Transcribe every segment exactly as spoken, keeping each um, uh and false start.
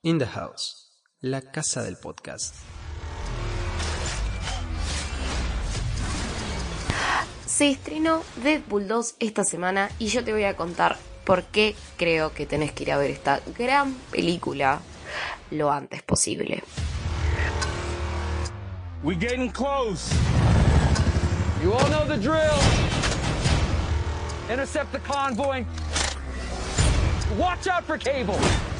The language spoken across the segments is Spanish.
In the House, la casa del podcast. Se estrenó Deadpool dos esta semana y yo te voy a contar por qué creo que tenés que ir a ver esta gran película lo antes posible. We're getting close. You all know the drill. Intercept the convoy. Watch out for Cable.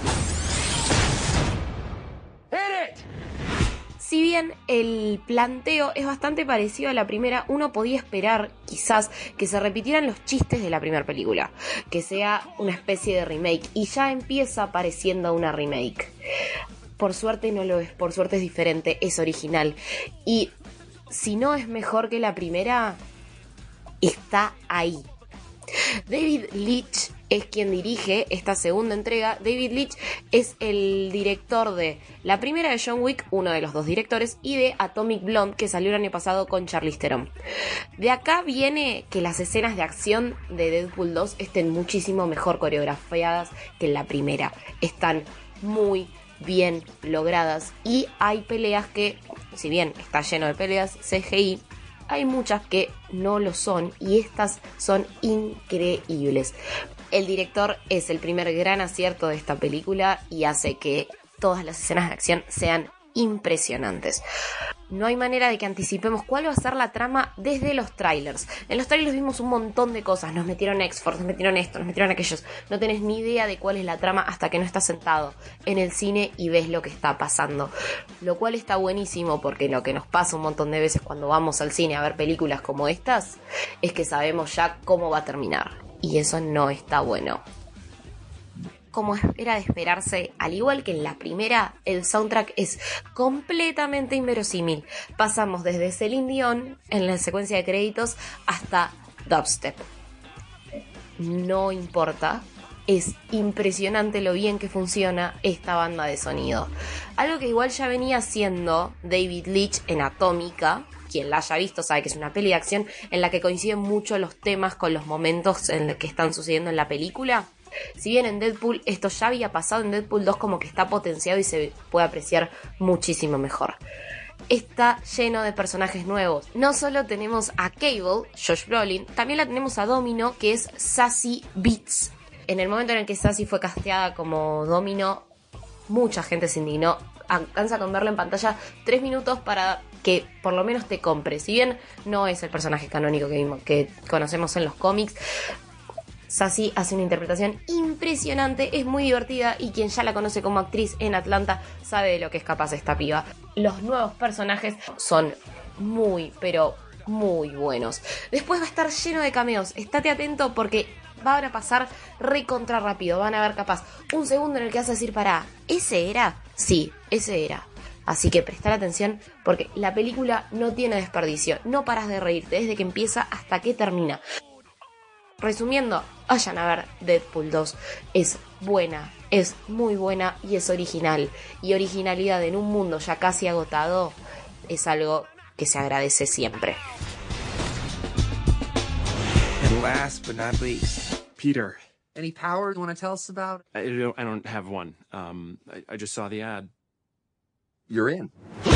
Hit it. Si bien el planteo es bastante parecido a la primera, uno podía esperar, quizás, que se repitieran los chistes de la primera película, que sea una especie de remake, y ya empieza pareciendo una remake. Por suerte no lo es, por suerte es diferente, es original. Y si no es mejor que la primera, está ahí. David Leitch es quien dirige esta segunda entrega. David Leitch es el director de la primera de John Wick, uno de los dos directores, y de Atomic Blonde, que salió el año pasado con Charlize Theron. De acá viene que las escenas de acción de Deadpool dos estén muchísimo mejor coreografiadas que en la primera. Están muy bien logradas y hay peleas que, si bien está lleno de peleas C G I, hay muchas que no lo son y estas son increíbles. El director es el primer gran acierto de esta película y hace que todas las escenas de acción sean impresionantes. No hay manera de que anticipemos cuál va a ser la trama desde los trailers. En los trailers vimos un montón de cosas. Nos metieron X-Force, nos metieron esto, nos metieron aquellos. No tenés ni idea de cuál es la trama hasta que no estás sentado en el cine y ves lo que está pasando. Lo cual está buenísimo porque lo que nos pasa un montón de veces cuando vamos al cine a ver películas como estas es que sabemos ya cómo va a terminar. Y eso no está bueno. Como era de esperarse, al igual que en la primera, el soundtrack es completamente inverosímil. Pasamos desde Celine Dion en la secuencia de créditos hasta dubstep. No importa, es impresionante lo bien que funciona esta banda de sonido. Algo que igual ya venía haciendo David Leitch en Atómica. Quien la haya visto sabe que es una peli de acción en la que coinciden mucho los temas con los momentos en los que están sucediendo en la película. Si bien en Deadpool esto ya había pasado, en Deadpool dos como que está potenciado y se puede apreciar muchísimo mejor. Está lleno de personajes nuevos. No solo tenemos a Cable, Josh Brolin, también la tenemos a Domino, que es Zazie Beetz. En el momento en el que Zazie fue casteada como Domino, mucha gente se indignó. Alcanza con verla en pantalla tres minutos para que por lo menos te compre. Si bien no es el personaje canónico que, vimos, que conocemos en los cómics, Zazie hace una interpretación impresionante, es muy divertida y quien ya la conoce como actriz en Atlanta sabe de lo que es capaz esta piba. Los nuevos personajes son muy, pero muy buenos. Después va a estar lleno de cameos, estate atento porque va a pasar recontra rápido. Van a ver capaz un segundo en el que vas a decir, pará, ¿ese era? Sí, ese era. Así que prestar atención porque la película no tiene desperdicio. No paras de reírte desde que empieza hasta que termina. Resumiendo, vayan a ver Deadpool dos. Es buena, es muy buena y es original. Y originalidad en un mundo ya casi agotado es algo que se agradece siempre. And last but not least, Peter. any powers you want to tell us about? I don't, I don't have one. Um, I, I just saw the ad. You're in.